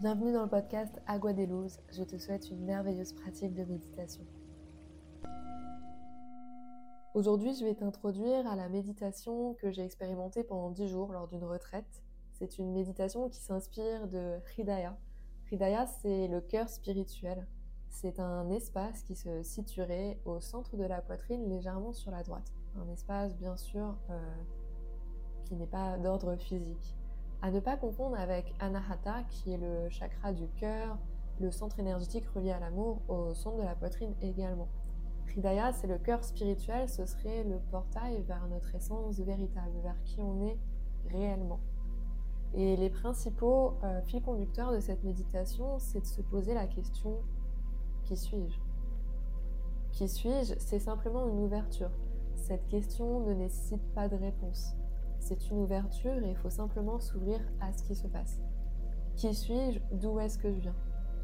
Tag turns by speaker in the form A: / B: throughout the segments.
A: Bienvenue dans le podcast Agua de Luz. Je te souhaite une merveilleuse pratique de méditation. Aujourd'hui, je vais t'introduire à la méditation que j'ai expérimentée pendant 10 jours lors d'une retraite. C'est une méditation qui s'inspire de Hridaya. Hridaya, c'est le cœur spirituel. C'est un espace qui se situerait au centre de la poitrine, légèrement sur la droite. Un espace, bien sûr, qui n'est pas d'ordre physique. À ne pas confondre avec Anahata, qui est le chakra du cœur, le centre énergétique relié à l'amour, au centre de la poitrine également. Hridaya, c'est le cœur spirituel, ce serait le portail vers notre essence véritable, vers qui on est réellement. Et les principaux fils conducteurs de cette méditation, c'est de se poser la question « Qui suis-je » Qui suis-je ? C'est simplement une ouverture. Cette question ne nécessite pas de réponse. C'est une ouverture et il faut simplement s'ouvrir à ce qui se passe. Qui suis-je ? D'où est-ce que je viens ?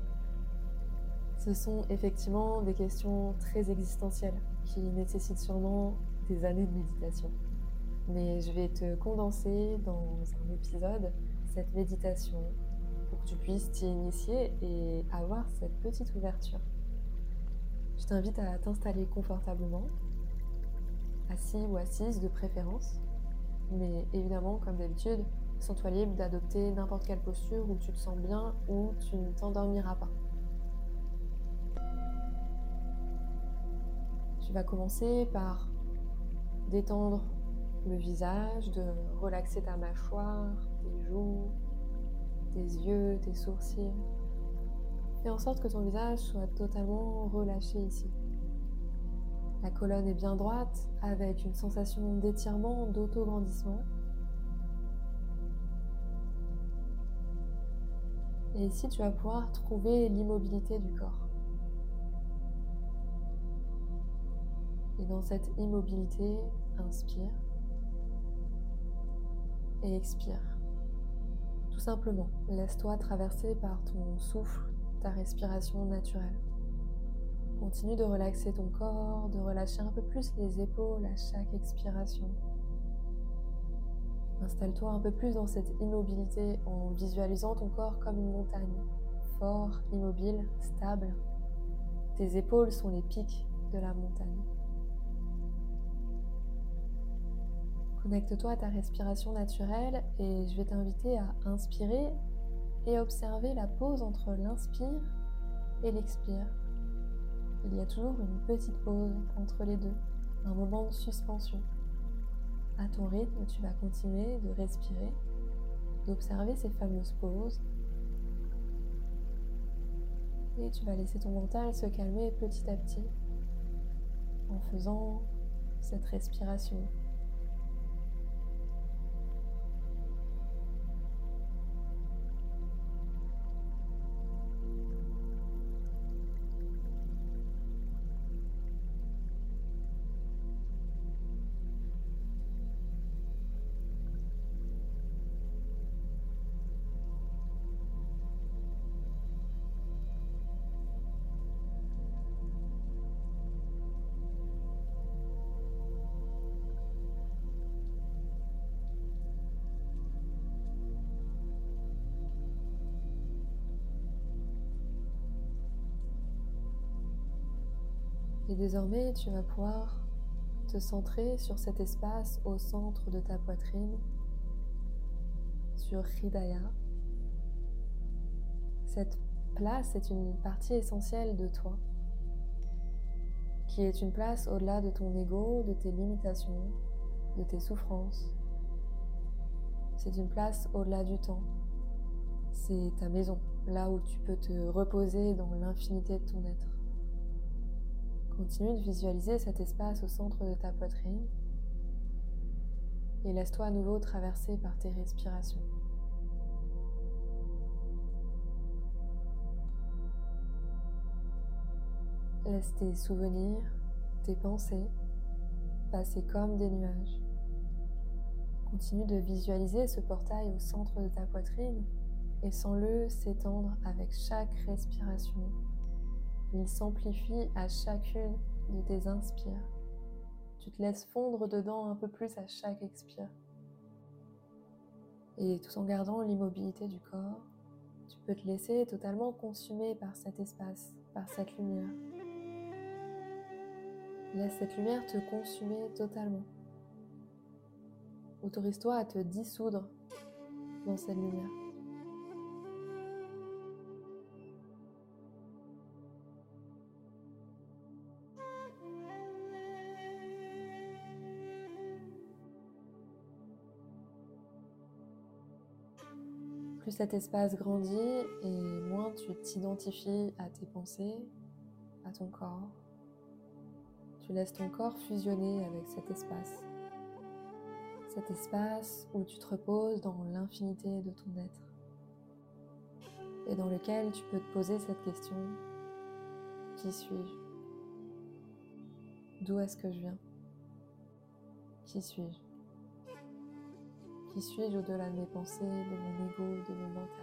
A: Ce sont effectivement des questions très existentielles qui nécessitent sûrement des années de méditation. Mais je vais te condenser dans un épisode cette méditation pour que tu puisses t'y initier et avoir cette petite ouverture. Je t'invite à t'installer confortablement, assis ou assise de préférence. Mais évidemment, comme d'habitude, sens-toi libre d'adopter n'importe quelle posture où tu te sens bien ou tu ne t'endormiras pas. Tu vas commencer par détendre le visage, de relaxer ta mâchoire, tes joues, tes yeux, tes sourcils. Fais en sorte que ton visage soit totalement relâché ici. La colonne est bien droite avec une sensation d'étirement, d'auto-grandissement. Et ici, tu vas pouvoir trouver l'immobilité du corps. Et dans cette immobilité, inspire et expire. Tout simplement, laisse-toi traverser par ton souffle, ta respiration naturelle. Continue de relaxer ton corps, de relâcher un peu plus les épaules à chaque expiration. Installe-toi un peu plus dans cette immobilité en visualisant ton corps comme une montagne, fort, immobile, stable. Tes épaules sont les pics de la montagne. Connecte-toi à ta respiration naturelle et je vais t'inviter à inspirer et observer la pause entre l'inspire et l'expire. Il y a toujours une petite pause entre les deux, un moment de suspension. À ton rythme, tu vas continuer de respirer, d'observer ces fameuses pauses et tu vas laisser ton mental se calmer petit à petit en faisant cette respiration. Et désormais, tu vas pouvoir te centrer sur cet espace au centre de ta poitrine, sur Hridaya. Cette place est une partie essentielle de toi, qui est une place au-delà de ton ego, de tes limitations, de tes souffrances. C'est une place au-delà du temps. C'est ta maison, là où tu peux te reposer dans l'infinité de ton être. Continue de visualiser cet espace au centre de ta poitrine et laisse-toi à nouveau traverser par tes respirations. Laisse tes souvenirs, tes pensées passer comme des nuages. Continue de visualiser ce portail au centre de ta poitrine et sens-le s'étendre avec chaque respiration. Il s'amplifie à chacune de tes inspires. Tu te laisses fondre dedans un peu plus à chaque expire. Et tout en gardant l'immobilité du corps, Tu peux te laisser totalement consumer par cet espace, par cette lumière. Laisse cette lumière te consumer totalement. Autorise-toi à te dissoudre dans cette lumière. Plus cet espace grandit et moins tu t'identifies à tes pensées, à ton corps. Tu laisses ton corps fusionner avec cet espace. Cet espace où tu te reposes dans l'infinité de ton être et dans lequel tu peux te poser cette question: qui suis-je? D'où est-ce que je viens? Qui suis-je? Qui suis-je au-delà de mes pensées, de mon ego, de mon mental?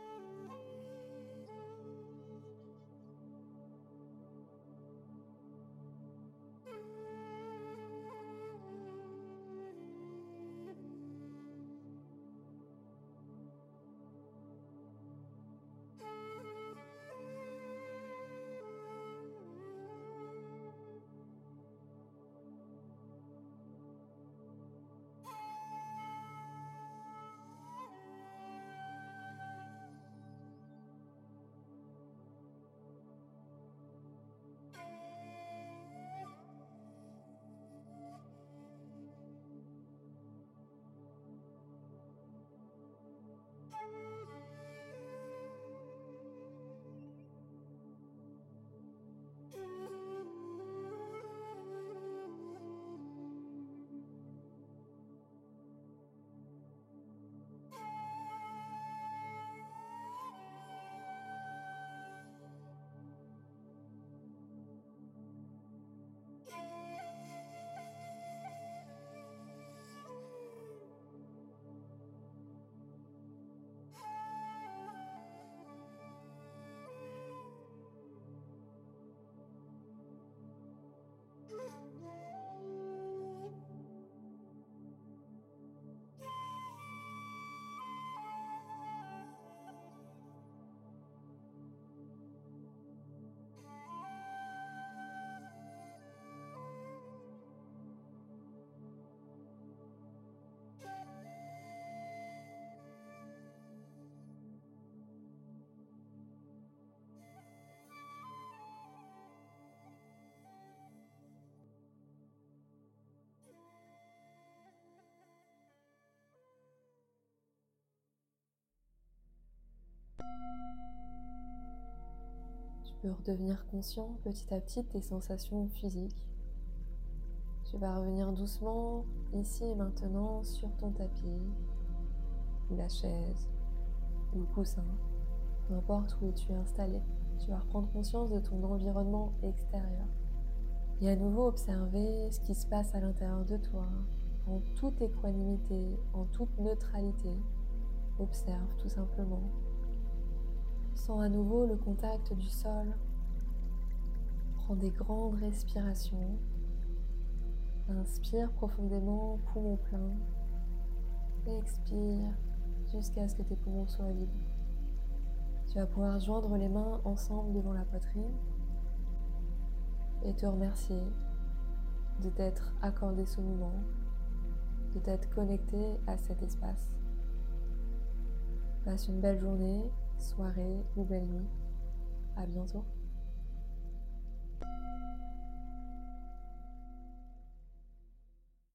A: Tu peux redevenir conscient petit à petit de tes sensations physiques. Tu vas revenir doucement ici et maintenant sur ton tapis, ou la chaise, ou le coussin, peu importe où tu es installé. Tu vas reprendre conscience de ton environnement extérieur et à nouveau observer ce qui se passe à l'intérieur de toi, en toute équanimité, en toute neutralité. Observe tout simplement. Sens à nouveau le contact du sol. Prends des grandes respirations. Inspire profondément, poumon plein. Expire jusqu'à ce que tes poumons soient vides. Tu vas pouvoir joindre les mains ensemble devant la poitrine et te remercier de t'être accordé ce moment, de t'être connecté à cet espace. Passe une belle journée, soirée ou belle nuit. À bientôt.